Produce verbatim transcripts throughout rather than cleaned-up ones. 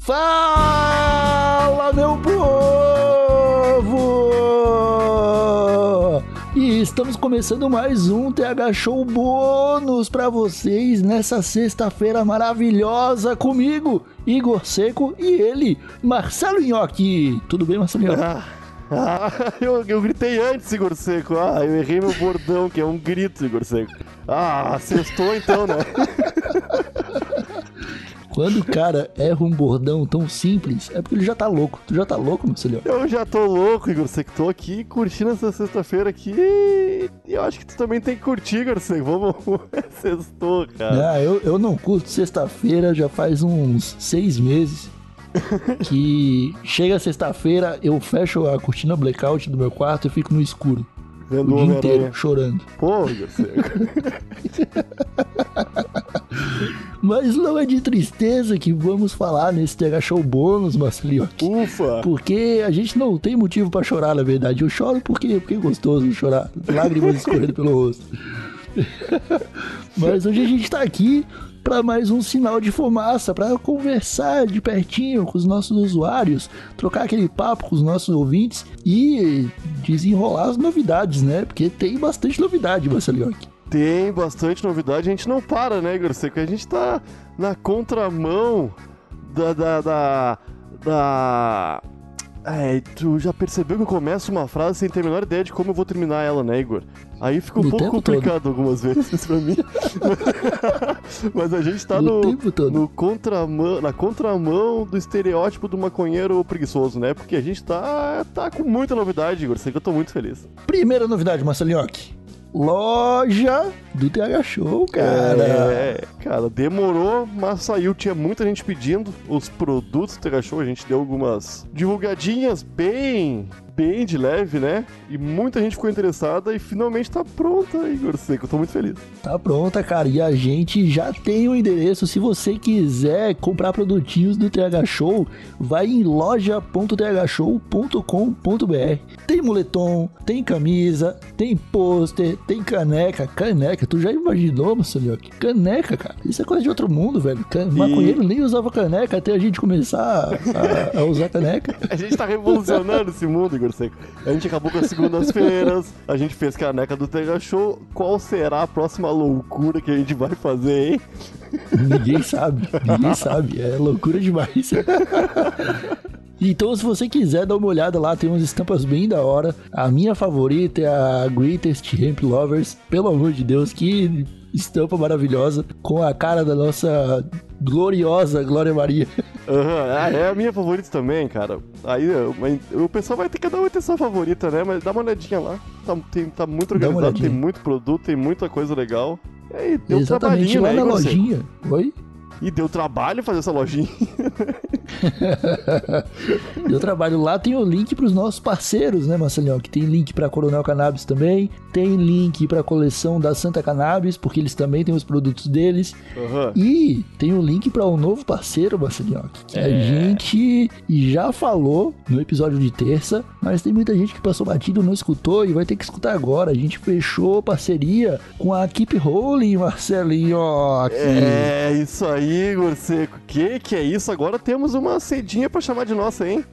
Fala, meu povo! E estamos começando mais um T H Show bônus pra vocês nessa sexta-feira maravilhosa comigo, Igor Seco, e ele, Marcelo Nhoque. Tudo bem, Marcelo Nhoque? Ah, ah, eu, eu gritei antes, Igor Seco. Ah, eu errei meu bordão, que é um grito, Igor Seco. Ah, sextou então, né? Quando o cara erra um bordão tão simples, é porque ele já tá louco. Tu já tá louco, Marcelo? Eu já tô louco, Igor Seco. Tô aqui curtindo essa sexta-feira aqui. E eu acho que tu também tem que curtir, Igor Seco. Vamos. Sextou, cara. Ah, eu, eu não curto sexta-feira já faz uns seis meses. Que chega sexta-feira, eu fecho a cortina blackout do meu quarto e fico no escuro. Vendo o dia inteiro, chorando. Pô, Igor Seco. Mas não é de tristeza que vamos falar nesse T H Show bônus, Marcelinho. Ufa! Porque a gente não tem motivo pra chorar, na verdade. Eu choro porque, porque é gostoso chorar. Lágrimas escorrendo pelo rosto. Mas hoje a gente tá aqui para mais um sinal de fumaça, para conversar de pertinho com os nossos usuários, trocar aquele papo com os nossos ouvintes e desenrolar as novidades, né? Porque tem bastante novidade, Marcelinho. Tem bastante novidade, a gente não para, né, Igor Seco? A gente tá na contramão da... da, da, da... É, tu já percebeu que eu começo uma frase sem ter a menor ideia de como eu vou terminar ela, né, Igor? Aí fica um no pouco complicado todo. algumas vezes pra mim. Mas a gente tá no, no, no, no contramão, na contramão do estereótipo do maconheiro preguiçoso, né? Porque a gente tá, tá com muita novidade, Igor. Sei que eu tô muito feliz. Primeira novidade, Marcelinho. Loja do T H Show, cara. É, cara, demorou, mas saiu. Tinha muita gente pedindo os produtos do T H Show. A gente deu algumas divulgadinhas bem, bem de leve, né? E muita gente ficou interessada e finalmente tá pronta, Igor Seco. Eu tô muito feliz. Tá pronta, cara. E a gente já tem o endereço. Se você quiser comprar produtinhos do T H Show, vai em loja ponto t h show ponto com ponto b r. Tem moletom, tem camisa, tem pôster, tem caneca. Caneca, tu já imaginou, Marcelinho? Caneca, cara. Isso é coisa de outro mundo, velho. Can... E... Maconheiro nem usava caneca até a gente começar a, a usar caneca. A gente tá revolucionando esse mundo, Igor Seco. A gente acabou com as segundas-feiras, a gente fez caneca do T H Show. Qual será a próxima loucura que a gente vai fazer, hein? Ninguém sabe, ninguém sabe. É loucura demais. Então, se você quiser dar uma olhada lá, tem umas estampas bem da hora. A minha favorita é a Greatest Hemp Lovers. Pelo amor de Deus, que estampa maravilhosa. Com a cara da nossa gloriosa Glória Maria. Uhum, ah, é a minha favorita também, cara. Aí o pessoal vai ter que dar uma atenção favorita, né? Mas dá uma olhadinha lá. Tá, tem, tá muito organizado, tem muito produto, tem muita coisa legal. E aí, deu exatamente, lá né, na lojinha. Oi? E deu trabalho fazer essa lojinha. Deu trabalho. Lá tem o link para os nossos parceiros, né, Marcelinho? Que tem link para Coronel Cannabis também. Tem link para a coleção da Santa Cannabis, porque eles também têm os produtos deles. Uhum. E tem o link para um novo parceiro, Marcelinho, que é. a gente já falou no episódio de terça, mas tem muita gente que passou batido, não escutou e vai ter que escutar agora. A gente fechou parceria com a Keep Rolling, Marcelinho. É, isso aí. Igor Seco, que que é isso? Agora temos uma cedinha pra chamar de nossa, hein?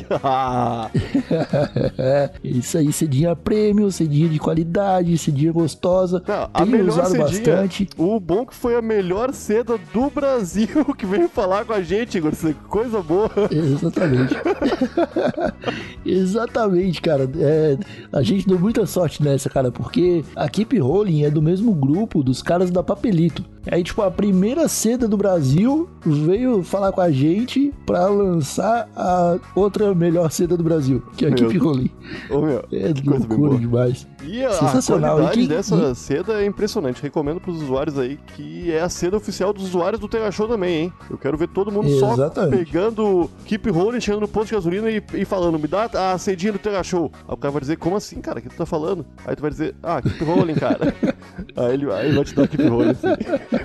É, isso aí, cedinha premium, cedinha de qualidade, cedinha gostosa. Não, a melhor usado cedinha, bastante. O bom que foi a melhor seda do Brasil que veio falar com a gente, Igor Seco. Coisa boa. Exatamente. Exatamente, cara. É, a gente deu muita sorte nessa, cara, porque a Keep Rolling é do mesmo grupo dos caras da Papelito. Aí, tipo, a primeira seda do Brasil veio falar com a gente pra lançar a outra melhor seda do Brasil, que é a Keep Rolling. Ô, meu, é loucura demais. E a, sensacional. a qualidade e quem, dessa e... seda é impressionante. Recomendo pros usuários aí que é a seda oficial dos usuários do T H Show também, hein? Eu quero ver todo mundo Exatamente. só pegando Keep Rolling, chegando no posto de gasolina e, e falando, me dá a cedinha do T H Show. Aí o cara vai dizer, como assim, cara? O que tu tá falando? Aí tu vai dizer, ah, Keep Rolling, cara. aí, ele, aí ele vai te dar Keep Rolling, assim.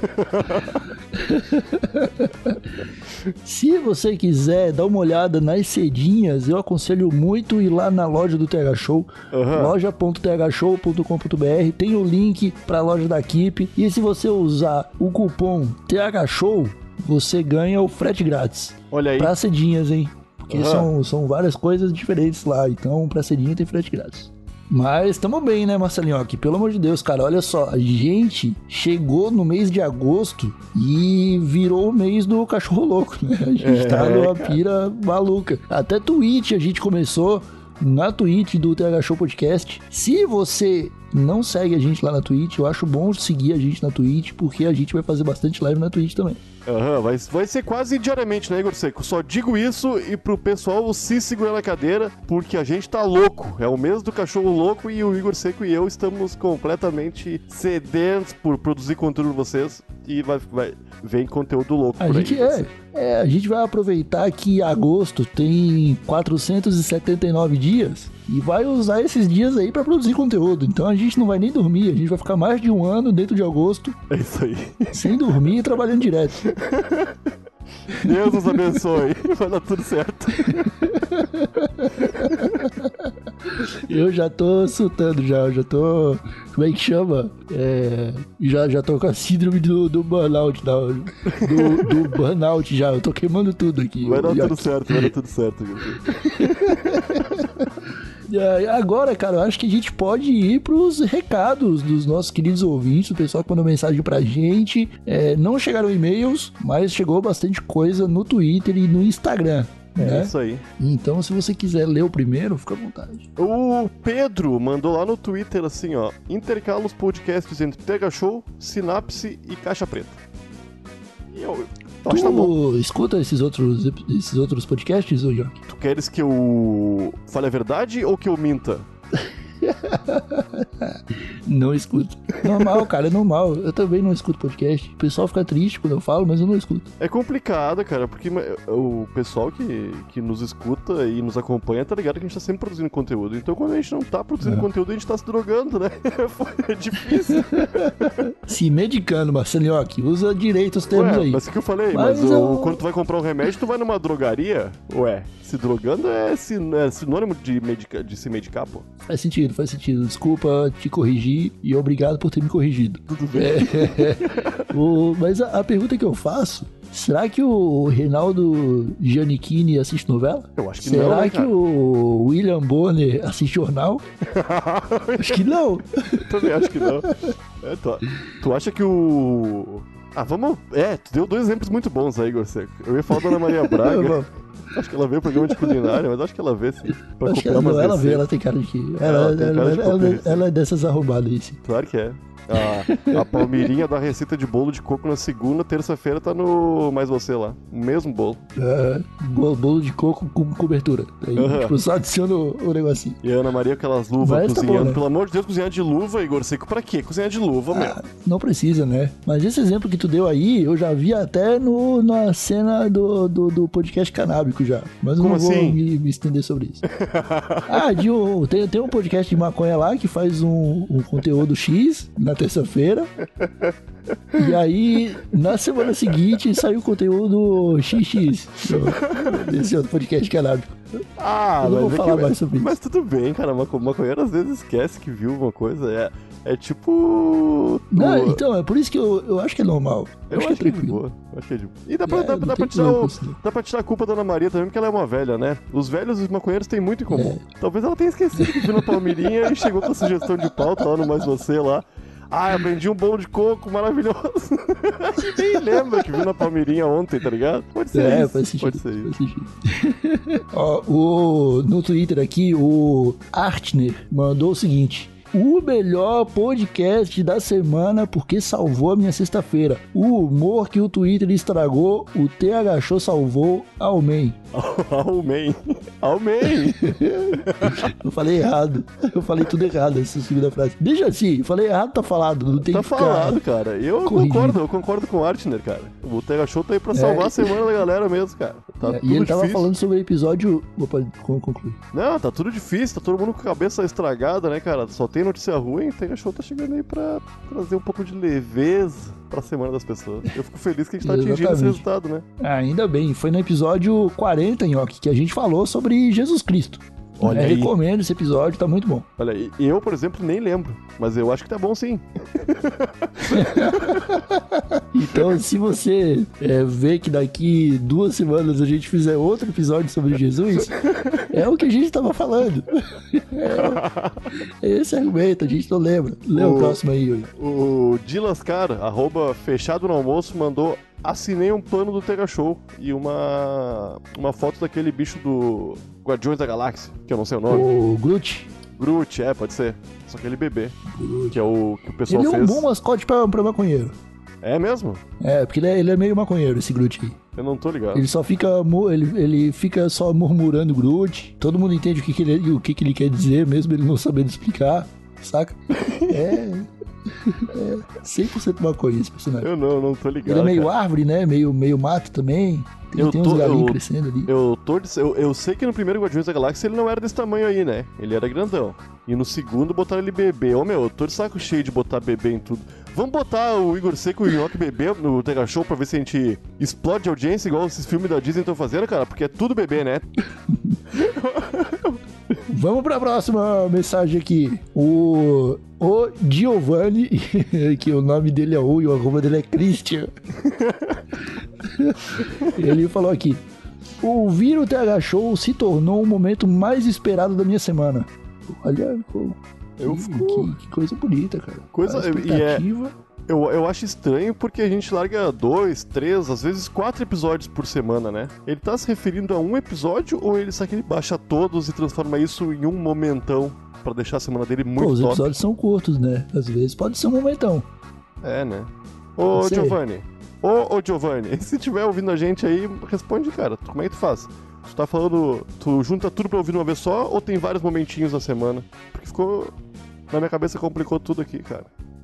Se você quiser dar uma olhada nas cedinhas, eu aconselho muito ir lá na loja do T H Show, uhum. loja ponto t h show ponto com ponto b r. Tem o link para a loja da Keep. E se você usar o cupom T H Show, você ganha o frete grátis. Olha aí. Pra cedinhas, hein? Porque Uhum. são, são várias coisas diferentes lá. Então, pra cedinha tem frete grátis. Mas tamo bem, né, Marcelinho? Aqui, pelo amor de Deus, cara, olha só. A gente chegou no mês de agosto e virou o mês do cachorro louco, né? A gente É, tá numa cara. pira maluca. Até Twitch a gente começou... Na Twitch do T H Show Podcast. Se você não segue a gente lá na Twitch, eu acho bom seguir a gente na Twitch, porque a gente vai fazer bastante live na Twitch também. Aham, uhum, vai, vai ser quase diariamente, né, Igor Seco? Só digo isso e pro pessoal se segurar na cadeira, porque a gente tá louco. É o mês do cachorro louco e o Igor Seco e eu estamos completamente sedentos por produzir conteúdo pra vocês. E vai, vai, vem conteúdo louco A por gente aí. é, é, a gente vai aproveitar que agosto tem quatrocentos e setenta e nove dias e vai usar esses dias aí pra produzir conteúdo. Então a gente não vai nem dormir, a gente vai ficar mais de um ano dentro de agosto. É isso aí. Sem dormir e trabalhando direto. Deus nos abençoe. Vai dar tudo certo. Eu já tô surtando já, eu já tô... Como é que chama? É, já, já tô com a síndrome do, do burnout, não, do, do burnout já, eu tô queimando tudo aqui. Vai dar já... tudo certo, vai dar tudo certo. Agora, cara, eu acho que a gente pode ir pros recados dos nossos queridos ouvintes, o pessoal que mandou mensagem pra gente. É, não chegaram e-mails, mas chegou bastante coisa no Twitter e no Instagram. É né? isso aí. Então, se você quiser ler o primeiro, fica à vontade. O Pedro mandou lá no Twitter assim, ó: intercala os podcasts entre T H Show, Sinapse e Caixa Preta. E eu, eu acho que tá bom. Tu escuta esses outros, esses outros podcasts, ô Jorge? Tu queres que eu fale a verdade ou que eu minta? Não escuto. Normal, cara, é normal. Eu também não escuto podcast. O pessoal fica triste quando eu falo, mas eu não escuto. É complicado, cara, porque o pessoal que, que nos escuta e nos acompanha tá ligado que a gente tá sempre produzindo conteúdo. Então quando a gente não tá produzindo É. conteúdo, a gente tá se drogando, né? É difícil. Se medicando, Marcelinho, usa direito os termos Ué, aí. mas o que eu falei, Mas mas, o- eu- quando tu vai comprar um remédio, tu vai numa drogaria? Ué, se drogando é, sin- é sinônimo de, medica- de se medicar, pô. Faz sentido, faz sentido. Desculpa te corrigir e obrigado por ter me corrigido. Tudo bem. É, o- mas a, a pergunta que eu faço, será que o Reinaldo Giannichini assiste novela? Eu acho que Será não, né, que cara? o William Bonner assiste jornal? Acho que não. Também acho que não. É, tu, tu acha que o... Ah, vamos... É, tu deu dois exemplos muito bons aí, Igor Seco. Eu ia falar da Ana Maria Braga. Vamos. Acho que ela vê o programa de culinária, mas acho que ela vê, sim. Pra Acho que copiar ela, umas ela vê, receitas. ela tem cara de que. Ela Ela, tem ela, cara de ela- copia. ela é dessas arrombadas aí, sim. Claro que é. A, a Palmeirinha da receita de bolo de coco na segunda, terça-feira tá no Mais Você lá. O mesmo bolo. É, bolo, bolo de coco com cobertura. Aí, Aham. tipo, só adiciona o, o negocinho. E a Ana Maria com aquelas luvas Mas tá cozinhando. bom, né? Pelo amor de Deus, cozinhar de luva, Igor Seco. Pra quê? Cozinhar de luva, meu. Ah, não precisa, né? Mas esse exemplo que tu deu aí, eu já vi até no, na cena do, do, do podcast canábico já. Mas eu Como não vou assim? me, me estender sobre isso. Ah, de um, tem, tem um podcast de maconha lá que faz um, um conteúdo X na terça-feira. E aí, na semana seguinte, saiu o conteúdo X X desse outro podcast canábico. Ah, Eu não mas vou é falar que- mais sobre isso. Mas tudo bem, cara. Maco- Maconheiro às vezes esquece que viu uma coisa. É, é tipo. Não, tu- então, é por isso que eu, eu acho que é normal. Eu, Eu acho que é de tranquilo. boa. Eu acho que é de boa. E dá pra, É, dá, não dá tem pra tirar problema o- com isso, não. dá pra tirar a culpa da Ana Maria também, porque ela é uma velha, né? Os velhos e os maconheiros têm muito em comum. É. Talvez ela tenha esquecido que viu na Palmeirinha e chegou com a sugestão de pauta lá no Mais Você lá. Ah, aprendi um bolo de coco maravilhoso. E nem lembra que viu na Palmeirinha ontem, tá ligado? Pode ser É, isso. faz sentido. Pode ser isso. Faz sentido. Ó, o, no Twitter aqui, o Artner mandou o seguinte: o melhor podcast da semana porque salvou a minha sexta-feira. O humor que o Twitter estragou, o T H Show salvou. Amém. Amém. Amém. Eu falei errado. Eu falei tudo errado essa segunda frase. Deixa assim, eu falei errado, tá falado. Não tem Tá que ficar... falado, cara. Eu corrigindo. concordo, eu concordo com o Artner, cara. O T H Show tá aí pra salvar É. a semana da galera mesmo, cara. Tá É, tudo e ele tava difícil. falando sobre o episódio. Opa, como concluir? Não, tá tudo difícil, tá todo mundo com a cabeça estragada, né, cara? Só tem notícia ruim, o T H Show tá chegando aí pra trazer um pouco de leveza pra semana das pessoas. Eu fico feliz que a gente tá atingindo esse Exatamente. resultado, né? Ah, ainda bem, foi no episódio quarenta, Nhoque, que a gente falou sobre Jesus Cristo. Olha É, aí. recomendo esse episódio, tá muito bom. Olha, e- eu, por exemplo, nem lembro, mas eu acho que tá bom sim. Então, se você é, vê que daqui duas semanas a gente fizer outro episódio sobre Jesus, é o que a gente tava falando. É, é esse argumento, a gente não lembra. Lê o, o próximo aí, Yuri. O Dilascar, arroba fechado no almoço, mandou: assinei um plano do Tega Show e uma, uma foto daquele bicho do Guardiões da Galáxia, que eu não sei o nome. O Groot. Groot, é, pode ser. Só aquele bebê, Groot. Que é o que o pessoal fez. Ele é um fez. bom mascote pra, pra maconheiro. É mesmo? É, porque ele é, ele é meio maconheiro, esse Groot aí. Eu não tô ligado. Ele só fica, ele, ele fica só murmurando Groot. Todo mundo entende o que, que, ele, o que, que ele quer dizer, mesmo ele não sabendo explicar, saca? É... É cem por cento maconha esse personagem. Eu não, não tô ligado. Ele é meio cara. árvore, né? Meio, meio mato também. Tem, eu tem tô, uns galinhos eu, crescendo ali. Eu, tô, eu, eu sei que no primeiro Guardiões da Galáxia ele não era desse tamanho aí, né? Ele era grandão. E no segundo botaram ele bebê. Ô meu, eu tô de saco cheio de botar bebê em tudo. Vamos botar o Igor Seco e o Nhoque bebê no Tega Show pra ver se a gente explode a audiência igual esses filmes da Disney estão fazendo, cara? Porque é tudo bebê, né? Vamos pra próxima mensagem aqui. O, o Giovanni, que o nome dele é O e o arroba dele é Christian. Ele falou aqui: ouvir o T H Show se tornou o momento mais esperado da minha semana. Olha, pô, eu que, fico... que, que coisa bonita, cara. Coisa... A expectativa... E é... Eu, eu acho estranho porque a gente larga dois, três, às vezes quatro episódios por semana, né? Ele tá se referindo a um episódio ou ele sabe que ele baixa todos e transforma isso em um momentão pra deixar a semana dele muito Pô, os top? Os episódios são curtos, né? Às vezes pode ser um momentão. É, né? Ô, Giovanni. Ô, ô, Giovanni. Se tiver ouvindo a gente aí, responde, cara. Como é que tu faz? Tu tá falando... Tu junta tudo pra ouvir uma vez só ou tem vários momentinhos na semana? Porque ficou... Na minha cabeça complicou tudo aqui, cara.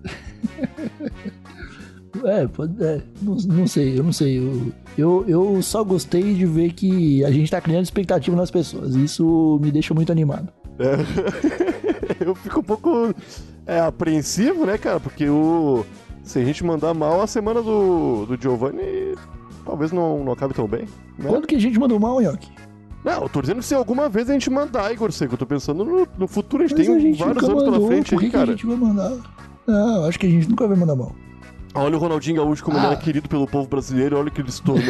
É, pode, é não, não sei, eu não sei. Eu, eu, eu só gostei de ver que a gente tá criando expectativa nas pessoas. Isso me deixa muito animado. É, eu fico um pouco é, apreensivo, né, cara? Porque o, se a gente mandar mal, a semana do, do Giovanni talvez não, não acabe tão bem. Né? Quando que a gente mandou mal, Nhoque? Não, eu tô dizendo que se alguma vez a gente mandar, Igor Seco, eu tô pensando no, no futuro, a gente Mas tem a gente vários nunca anos mandou, pela frente por que aí, que cara. a gente vai mandar? Não, acho que a gente nunca vai mandar mal. Olha o Ronaldinho Gaúcho como ah. ele era querido pelo povo brasileiro, olha o que ele se tornou.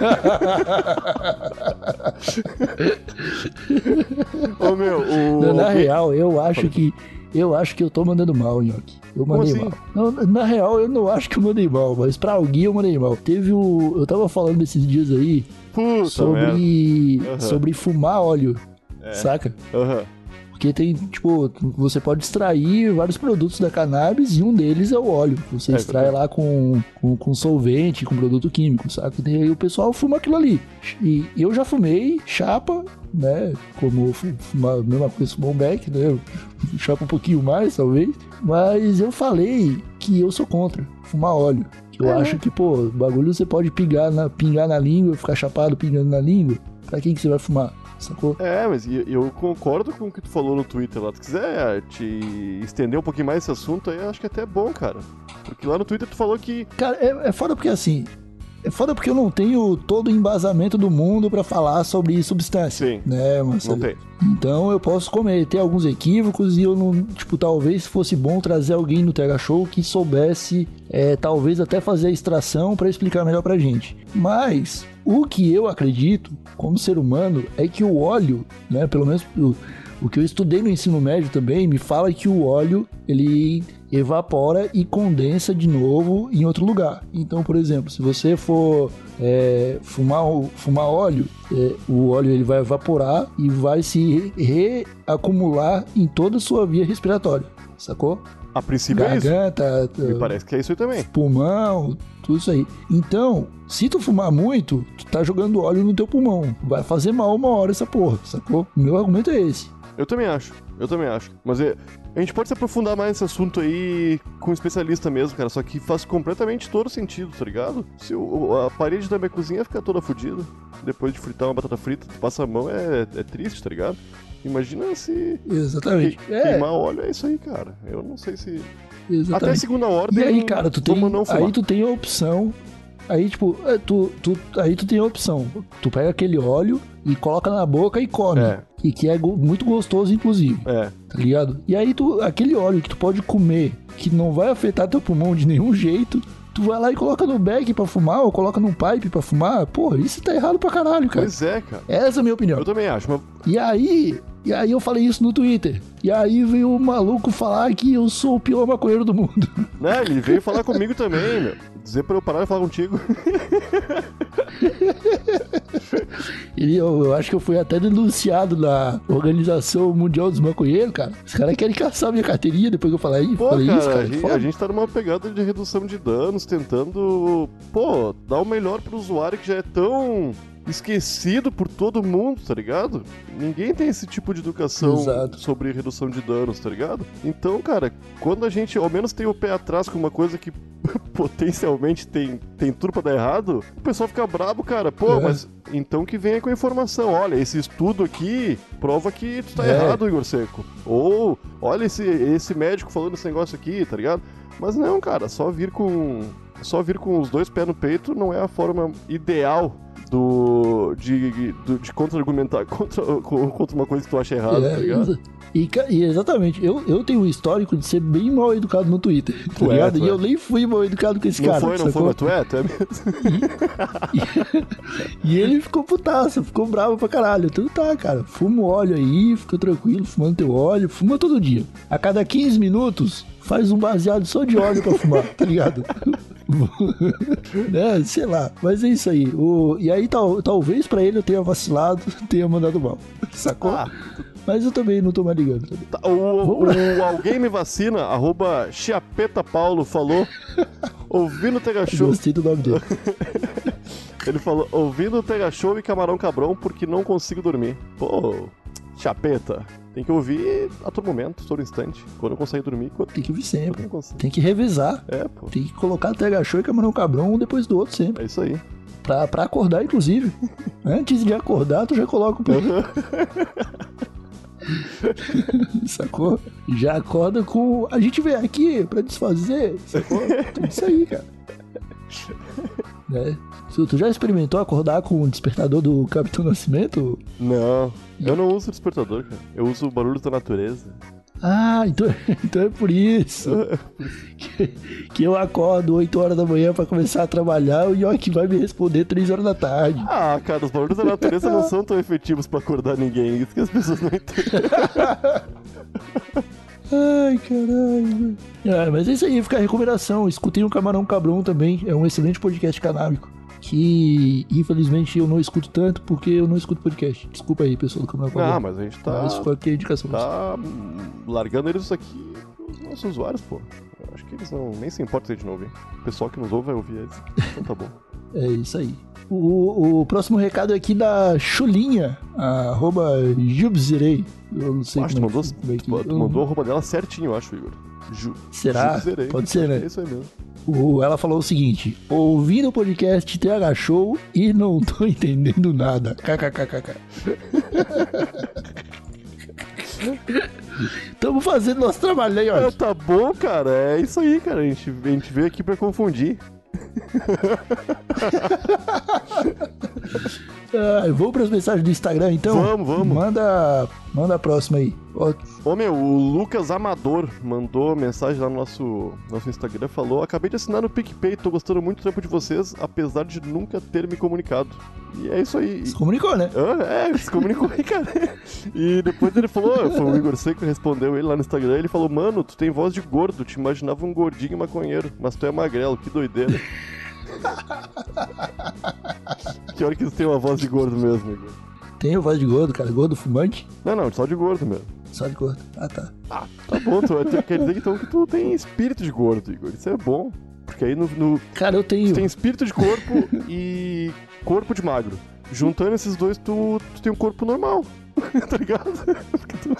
Ô meu, o... Não, na real, eu acho que eu acho que eu tô mandando mal, Nhoque. Eu mandei assim? mal. Não, na real, eu não acho que eu mandei mal, mas pra alguém eu mandei mal. Teve o... Eu tava falando esses dias aí Puta sobre... Uhum. sobre fumar óleo, é. saca? Aham. Uhum. Porque tem, tipo, você pode extrair vários produtos da cannabis e um deles é o óleo. Você é, extrai é. lá com, com, com solvente, com produto químico, sabe? E aí o pessoal fuma aquilo ali. E eu já fumei chapa, né? Como fumar, a mesma coisa, fumar um beck, né? Chapa um pouquinho mais, talvez. Mas eu falei que eu sou contra fumar óleo. Eu é. acho que, pô, o bagulho você pode pingar na, pingar na língua, ficar chapado pingando na língua. Pra quem que você vai fumar? Sacou? É, mas eu concordo com o que tu falou no Twitter lá. Se tu quiser te estender um pouquinho mais esse assunto aí, eu acho que até é bom, cara. Porque lá no Twitter tu falou que... Cara, é, é foda porque assim... É foda porque eu não tenho todo o embasamento do mundo pra falar sobre substância. Sim, né, Marcelo? não tem. Então eu posso cometer alguns equívocos e eu não... Tipo, talvez fosse bom trazer alguém no T H Show que soubesse, é, talvez até fazer a extração pra explicar melhor pra gente. Mas... O que eu acredito, como ser humano, é que o óleo, né, pelo menos o, o que eu estudei no ensino médio também, me fala que o óleo, ele evapora e condensa de novo em outro lugar. Então, por exemplo, se você for é, fumar, fumar óleo, é, o óleo ele vai evaporar e vai se reacumular em toda a sua via respiratória, sacou? A princípio Garganta, é isso. Me parece que é isso aí também. Pulmão, tudo isso aí. Então, se tu fumar muito, tu tá jogando óleo no teu pulmão. Vai fazer mal uma hora essa porra, sacou? O meu argumento é esse. Eu também acho, eu também acho. Mas é, a gente pode se aprofundar mais nesse assunto aí com um especialista mesmo, cara. Só que faz completamente todo sentido, tá ligado? Se o, a parede da minha cozinha fica toda fodida, depois de fritar uma batata frita, tu passa a mão, é, é triste, tá ligado? Imagina se... Exatamente. Que, é. Queimar óleo é isso aí, cara. Eu não sei se... Exatamente. Até a segunda ordem... E aí, cara, tu tem, não fumar. aí tu tem a opção... Aí, tipo, tu, tu, aí tu tem a opção. Tu pega aquele óleo e coloca na boca e come. É. E que é go- muito gostoso, inclusive. É. Tá ligado? E aí, tu, aquele óleo que tu pode comer, que não vai afetar teu pulmão de nenhum jeito, Tu vai lá e coloca no bag pra fumar, ou coloca num pipe pra fumar. Porra, isso tá errado pra caralho, cara. Pois é, cara. Essa é a minha opinião. Eu também acho, mas... E aí, e aí eu falei isso no Twitter. E aí veio o maluco falar que eu sou o pior maconheiro do mundo. Né, ele veio falar comigo também, meu. Dizer pra eu parar de falar contigo. Ele, eu, eu acho que eu fui até denunciado na Organização Mundial dos Maconheiros, cara. Os caras querem caçar minha carteirinha depois que eu falei, Pô, falei cara, isso, cara. a, gente, a gente tá numa pegada de redução de danos, tentando, pô, dar o melhor pro usuário que já é tão esquecido por todo mundo, tá ligado? Ninguém tem esse tipo de educação Exato. sobre redução de danos, tá ligado? Então, cara, quando a gente ao menos tem o pé atrás com uma coisa que potencialmente tem, tem tudo pra dar errado, o pessoal fica brabo, cara. Pô, É. mas então que venha com a informação. Olha, esse estudo aqui prova que tu tá É. errado, Igor Seco. Ou, olha esse, esse médico falando esse negócio aqui, tá ligado? Mas não, cara, só vir com... Só vir com os dois pés no peito não é a forma ideal do, de, de, de contra-argumentar contra, contra uma coisa que tu acha errada, É, tá ligado? E, ca- e exatamente, eu, eu tenho um histórico de ser bem mal educado no Twitter, tá Tu é, ligado? tu e é. eu nem fui mal educado com esse Não cara. foi, não foi, sacou? mas tu é, tu é mesmo. E ele ficou putaço, ficou bravo pra caralho. Então tá, cara, fuma o óleo aí, fica tranquilo, fumando teu óleo, fuma todo dia. A cada quinze minutos, faz um baseado só de óleo pra fumar, tá ligado? Né, sei lá, mas é isso aí. O, e aí tal, talvez pra ele eu tenha vacilado, tenha mandado mal, sacou? Ah. Mas eu também não tô mais ligando. Também. Tá, o, o Alguém Me Vacina, arroba Chiapeta Paulo, falou, ouvindo o Tega Show... Gostei do nome dele. Ele falou, ouvindo o Tega Show e Camarão Cabrão porque não consigo dormir. Pô, Chapeta, tem que ouvir a todo momento, todo instante. Quando eu consigo dormir, quando Tem que ouvir quando sempre. eu não consigo. Tem que revezar. É, pô, Tem que colocar Tega Show e Camarão Cabrão um depois do outro sempre. é isso aí. Pra, pra acordar, inclusive. Antes de acordar, tu já coloca o pé. Sacou? Já acorda com... A gente vem aqui pra desfazer. Sacou? Tudo isso aí, cara. Né? Tu tu já experimentou acordar com o despertador do Capitão Nascimento? Não, eu não uso despertador, cara. Eu uso o barulho da natureza. Ah, então, então é por isso que, que eu acordo oito horas da manhã pra começar a trabalhar. O York vai me responder três horas da tarde. Ah, cara, os barulhos da natureza não são tão efetivos pra acordar ninguém. Isso que as pessoas não entendem. Ai, caralho. Ah, mas é isso aí, fica a recomendação. Escutem o Camarão Cabrão também. É um excelente podcast canábico. Que, infelizmente, eu não escuto tanto porque eu não escuto podcast. Desculpa aí, pessoal do Camarão Cabrão. Ah, mas a gente tá, Mas fica aqui a indicação. tá hum, largando eles aqui pros nossos usuários, pô. Eu acho que eles não nem se importam se a gente não ouvir. O pessoal que nos ouve vai ouvir eles. Então tá bom. É isso aí. O, o próximo recado é aqui da Chulinha, arroba Jubzirei. Eu não sei Acho que como tu é mandou, que- como é que... tu, tu mandou a roupa dela certinho, eu acho, Igor. Ju, Será? Ju zerei. Pode ser, né? É isso aí mesmo. O- ela falou o seguinte: ouvindo o podcast T H Show e não tô entendendo nada. KKKKK. Tamo fazendo nosso trabalho aí, É, ó. tá bom, cara. É isso aí, cara. A gente, a gente veio aqui pra confundir. Ah, vamos pras mensagens do Instagram, então? Vamos, vamos. Manda, manda a próxima aí. Ó, Ô meu, o Lucas Amador mandou mensagem lá no nosso, nosso Instagram, falou: acabei de assinar no PicPay, tô gostando muito do trampo de vocês, apesar de nunca ter me comunicado. E é isso aí. se comunicou, né? Ah, é, se comunicou aí, cara. E depois ele falou, foi o Igor Seco que respondeu ele lá no Instagram, ele falou: mano, tu tem voz de gordo, te imaginava um gordinho maconheiro, mas tu é magrelo, que doideira. Que hora que tu tem uma voz de gordo mesmo, Igor? Tem voz de gordo, cara. Gordo fumante? Não, não, só de gordo mesmo. Só de gordo. Ah, tá. Ah, tá bom, tu, tu quer dizer então que tu tem espírito de gordo, Igor. Isso é bom. Porque aí no, no, Cara, eu tenho. tu tem espírito de corpo e corpo de magro. Juntando esses dois, tu, tu tem um corpo normal. Tá ligado? Porque tu-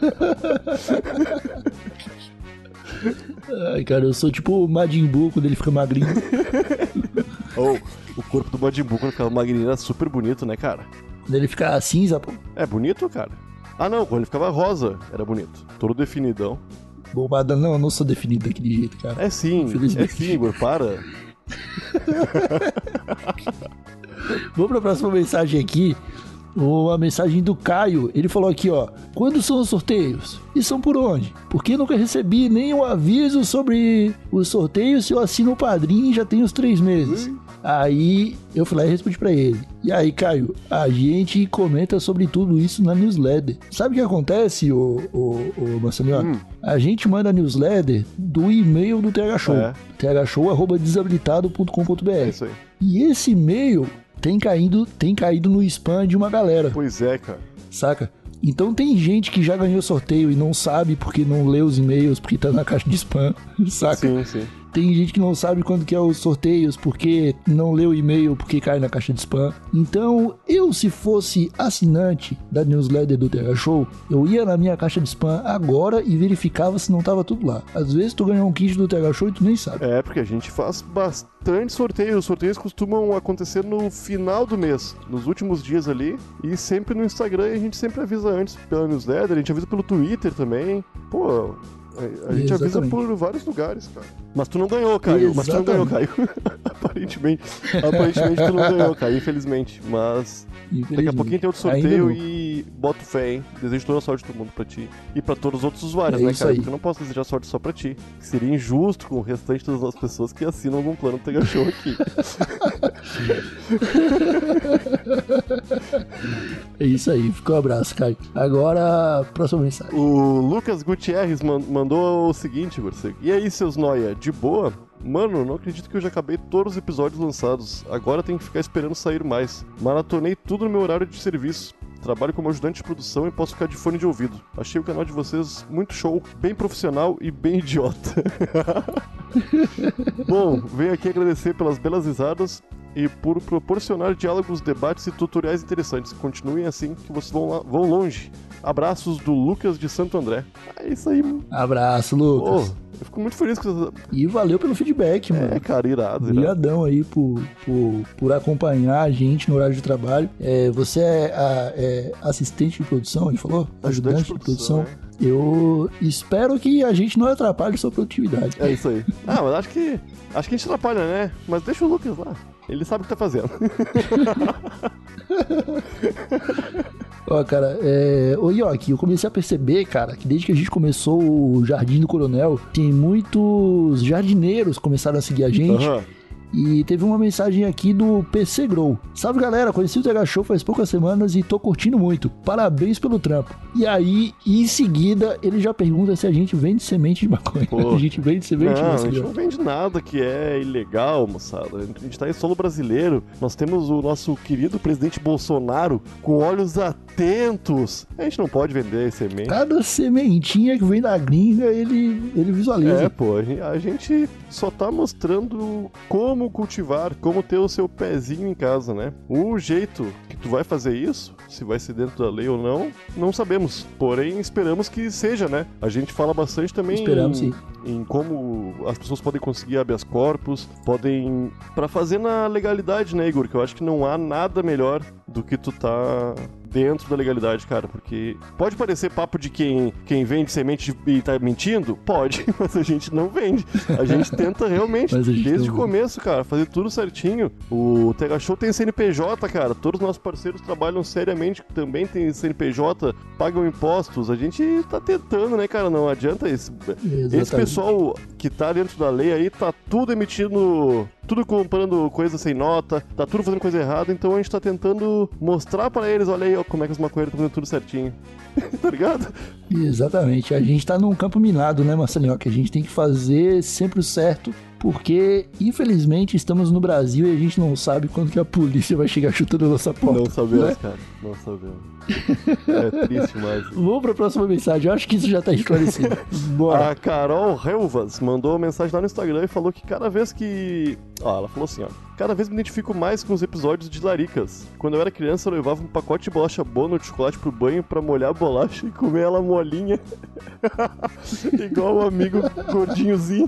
Ai, cara, eu sou tipo o Majin Buu quando ele fica magrinho. Oh, o corpo do Majin Buu quando ficava magrinho era super bonito, né, cara? Quando ele fica cinza, pô. É bonito, cara? Ah, não, quando ele ficava rosa, era bonito. Todo definidão. Bombada, não, eu não sou definido daquele jeito, cara. É sim, é Infelizmente. sim, Igor, para. Vamos pra próxima mensagem aqui. Uma mensagem do Caio, ele falou aqui, ó. Quando são os sorteios? E são por onde? Porque nunca recebi nenhum aviso sobre os sorteios se eu assino o Padrim já tem os três meses. Ui. Aí eu fui lá e respondi pra ele. E aí, Caio, a gente comenta sobre tudo isso na newsletter. Sabe o que acontece, ô, ô, ô Marcelinho? Hum. A gente manda a newsletter do e-mail do T H Show. É. t h show arroba desabilitado ponto com ponto b r. É isso aí. E esse e-mail tem caído, tem caído no spam de uma galera. Pois é, cara. Saca? Então tem gente que já ganhou sorteio e não sabe porque não lê os e-mails, porque tá na caixa de spam, saca? Sim, sim. Tem gente que não sabe quando que é os sorteios porque não lê o e-mail, porque cai na caixa de spam. Então, eu se fosse assinante da newsletter do T H Show, eu ia na minha caixa de spam agora e verificava se não tava tudo lá. Às vezes tu ganha um kit do T H Show e tu nem sabe. É, porque a gente faz bastante sorteio. Os sorteios costumam acontecer no final do mês, nos últimos dias ali, e sempre no Instagram, e a gente sempre avisa antes pela newsletter, a gente avisa pelo Twitter também. Pô... A gente Exatamente. avisa por vários lugares, cara. Mas tu não ganhou, Caio. Exatamente. Mas tu não ganhou, Caio. aparentemente, aparentemente tu não ganhou, Caio, infelizmente. Mas infelizmente. Daqui a pouquinho tem outro sorteio e boto fé, hein? Desejo toda a sorte do mundo pra ti. E pra todos os outros usuários, é né, Caio? Aí. Porque eu não posso desejar sorte só pra ti. Seria injusto com o restante das nossas pessoas que assinam algum plano do T H Show aqui. É isso aí. Ficou um abraço, Caio. Agora, próxima mensagem. O Lucas Gutierrez mandou mandou o seguinte, Gorcego. E aí, seus noia, de boa? Mano, não acredito que eu já acabei todos os episódios lançados. Agora tenho que ficar esperando sair mais. Maratonei tudo no meu horário de serviço. Trabalho como ajudante de produção e posso ficar de fone de ouvido. Achei o canal de vocês muito show, bem profissional e bem idiota. Bom, venho aqui agradecer pelas belas risadas e por proporcionar diálogos, debates e tutoriais interessantes. Continuem assim que vocês vão, lá, vão longe. Abraços do Lucas de Santo André. É isso aí, mano. Abraço, Lucas. Pô, eu fico muito feliz com isso. E valeu pelo feedback, mano. É, cara, irado. Obrigadão aí por, por, por acompanhar a gente no horário de trabalho. É, você é, a, é assistente de produção, ele falou? Ajudante, Ajudante de produção. De produção. É. Eu espero que a gente não atrapalhe sua produtividade. É isso aí. Ah, mas acho que acho que a gente atrapalha, né? Mas deixa o Lucas lá. Ele sabe o que tá fazendo. Ó, cara, é... Ô, Yoki, eu comecei a perceber, cara, que desde que a gente começou o Jardim do Coronel, tem muitos jardineiros que começaram a seguir a gente. Aham. Uhum. E teve uma mensagem aqui do P C Grow. Salve, galera, conheci o T H Show faz poucas semanas e tô curtindo muito. Parabéns pelo trampo. E aí, em seguida, ele já pergunta se a gente vende semente de maconha. Pô, a gente vende semente não, de maconha. A gente não vende nada que é ilegal, moçada. A gente tá em solo brasileiro. Nós temos o nosso querido presidente Bolsonaro com olhos atentos. A gente não pode vender semente. Cada sementinha que vem da gringa, ele, ele visualiza. É, pô, a gente só tá mostrando como cultivar, como ter o seu pezinho em casa, né? O jeito que tu vai fazer isso, se vai ser dentro da lei ou não, não sabemos. Porém, esperamos que seja, né? A gente fala bastante também esperamos, em, sim. em como as pessoas podem conseguir habeas corpus, podem... pra fazer na legalidade, né, Igor? Que eu acho que não há nada melhor do que tu tá dentro da legalidade, cara, porque pode parecer papo de quem, quem vende semente e tá mentindo? Pode, mas a gente não vende. A gente tenta realmente, gente desde o começo, cara, fazer tudo certinho. O T H Show tem C N P J, cara, todos os nossos parceiros trabalham seriamente, também tem C N P J, pagam impostos, a gente tá tentando, né, cara, não adianta isso. Exatamente. Esse pessoal que tá dentro da lei aí, tá tudo emitindo, tudo comprando coisa sem nota, tá tudo fazendo coisa errada, então a gente tá tentando mostrar pra eles, olha aí, ó, como é que os maconheiros estão fazendo tudo certinho. Tá ligado? Exatamente. A gente tá num campo minado, né, Marcelinho? Que a gente tem que fazer sempre o certo, porque, infelizmente, estamos no Brasil e a gente não sabe quando que a polícia vai chegar chutando a nossa porta. Não sabemos, né? Cara. Não sabemos. É triste, mas... Vamos pra próxima mensagem. Eu acho que isso já tá esclarecido. Bora. A Carol Relvas mandou uma mensagem lá no Instagram e falou que cada vez que... Ó, ela falou assim, ó. Cada vez me identifico mais com os episódios de Laricas. Quando eu era criança, eu levava um pacote de bolacha Bono de chocolate pro banho pra molhar a bolacha e comer ela molinha. Igual um amigo gordinhozinho.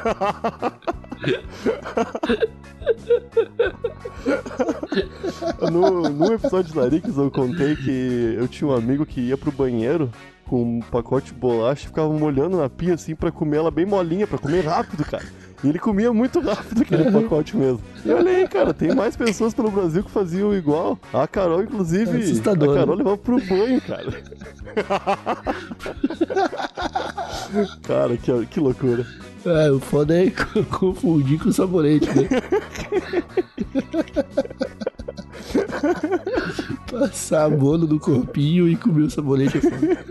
no, no episódio de Laricas, eu contei que eu tinha um amigo que ia pro banheiro com um pacote de bolacha e ficava molhando na pia assim pra comer ela bem molinha, pra comer rápido, cara. E ele comia muito rápido aquele pacote mesmo. E olha aí, cara, tem mais pessoas pelo Brasil que faziam igual. A Carol, inclusive, é assustador, a Carol né? levava pro banho, cara. Cara, que, que loucura. É, o foda é confundir com o sabonete, né? Passar a bolo no corpinho e comer o sabonete é foda.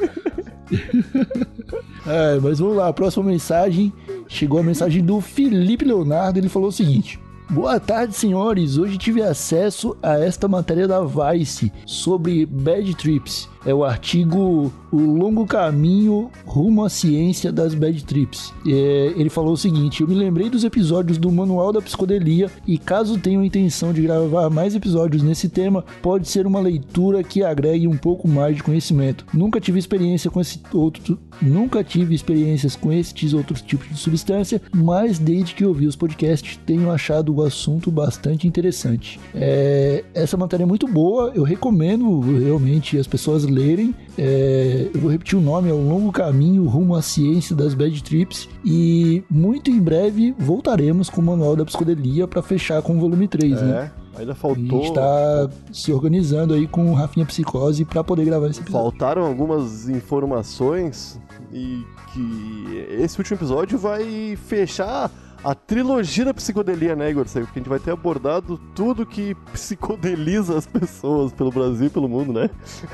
É, mas vamos lá, a próxima mensagem. Chegou a mensagem do Felipe Leonardo. Ele falou o seguinte: boa tarde, senhores. Hoje tive acesso a esta matéria da Vice sobre Bad Trips. É o artigo O Longo Caminho Rumo à Ciência das Bad Trips. É, ele falou o seguinte: eu me lembrei dos episódios do Manual da Psicodelia e caso tenham intenção de gravar mais episódios nesse tema, pode ser uma leitura que agregue um pouco mais de conhecimento. Nunca tive experiência com esse outro, nunca tive experiências com estes outros tipos de substância, mas desde que ouvi os podcasts tenho achado o assunto bastante interessante. É, essa matéria é muito boa, eu recomendo realmente as pessoas lerem. É, eu vou repetir o nome: é O Longo Caminho Rumo à Ciência das Bad Trips, e muito em breve voltaremos com o Manual da Psicodelia para fechar com o volume três, É, né? ainda faltou. A gente tá se organizando aí com o Rafinha Psicose para poder gravar esse episódio. Faltaram algumas informações e que esse último episódio vai fechar a trilogia da psicodelia, né, Igor? Porque a gente vai ter abordado tudo que psicodeliza as pessoas pelo Brasil e pelo mundo, né?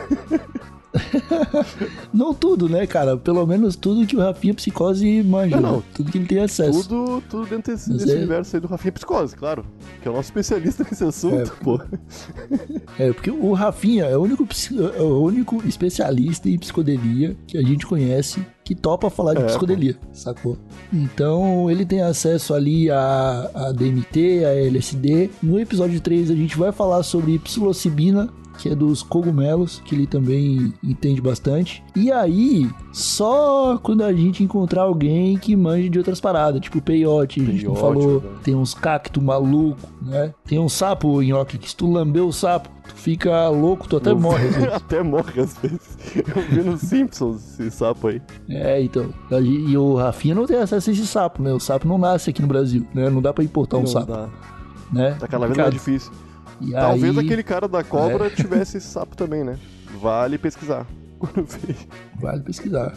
Não tudo, né, cara? Pelo menos tudo que o Rafinha Psicose manja. Não, não. Né? Tudo que ele tem acesso. Tudo, tudo dentro desse, Mas desse é... universo aí do Rafinha Psicose, claro. Que é o nosso especialista nesse assunto, é, pô. É, porque o Rafinha é o único, é o único especialista em psicodelia que a gente conhece que topa falar de é, psicodelia, pô. Sacou? Então ele tem acesso ali a, a D M T, a L S D. No episódio três a gente vai falar sobre psilocibina, que é dos cogumelos, que ele também entende bastante. E aí, só quando a gente encontrar alguém que manje de outras paradas, tipo peiote, a gente não falou, né? Tem uns cactos malucos, né? Tem um sapo, Nhoque, que se tu lamber o sapo, tu fica louco, tu até não, morre às vezes. Até morre às vezes. Eu vi nos Simpsons esse sapo aí. É, então. E o Rafinha não tem acesso a esse sapo, né? O sapo não nasce aqui no Brasil, né? Não dá pra importar um não sapo. Dá. Né? Tá cada vez mais difícil. E Talvez aí... aquele cara da cobra é. tivesse esse sapo também, né? Vale pesquisar. Vale pesquisar.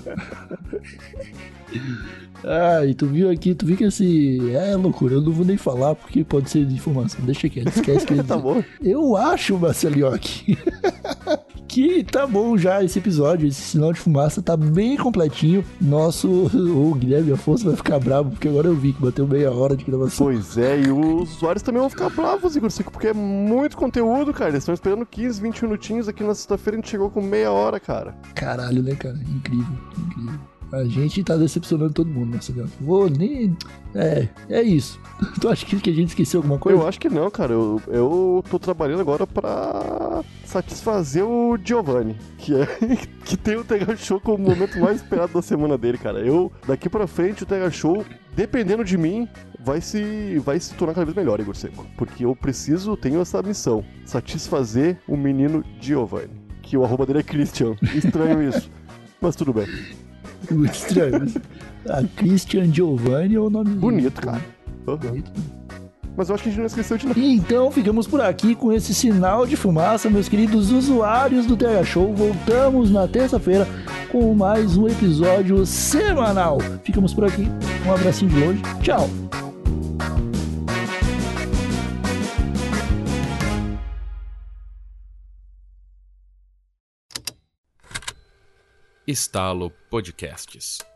Ah, e tu viu aqui, tu viu que esse... É loucura, eu não vou nem falar porque pode ser de informação. Deixa quieto, esquece que ele tá bom. Eu acho, Marcelioque, que tá bom já esse episódio. Esse sinal de fumaça tá bem completinho. Nosso... O Guilherme Afonso vai ficar bravo porque agora eu vi que bateu meia hora de gravação. Pois é, e os usuários também vão ficar bravos, Igor Cico, porque é muito conteúdo, cara. Eles estão esperando quinze, vinte minutinhos. Aqui na sexta-feira a gente chegou com meia hora, cara. Caralho, né, cara? Incrível, incrível. A gente tá decepcionando todo mundo, Marcelo. Vou nem... É, é isso. Tu acha que a gente esqueceu alguma coisa? Eu acho que não, cara. Eu, eu tô trabalhando agora pra satisfazer o Giovanni, que é que tem o Tega Show como o momento mais esperado da semana dele, cara. Eu, daqui pra frente, o Tega Show, dependendo de mim, vai se, vai se tornar cada vez melhor, Igor Seco. Porque eu preciso, tenho essa missão, satisfazer o menino Giovanni, que o arroba dele é Christian. Estranho isso, mas tudo bem. Muito estranho. Ah, Christian Giovanni é o nome... Bonito, cara. Uhum. Bonito. Mas eu acho que a gente não esqueceu de nada. Então ficamos por aqui com esse sinal de fumaça, meus queridos usuários do T H Show. Voltamos na terça-feira com mais um episódio semanal. Ficamos por aqui. Um abracinho de longe. Tchau. Estalo Podcasts.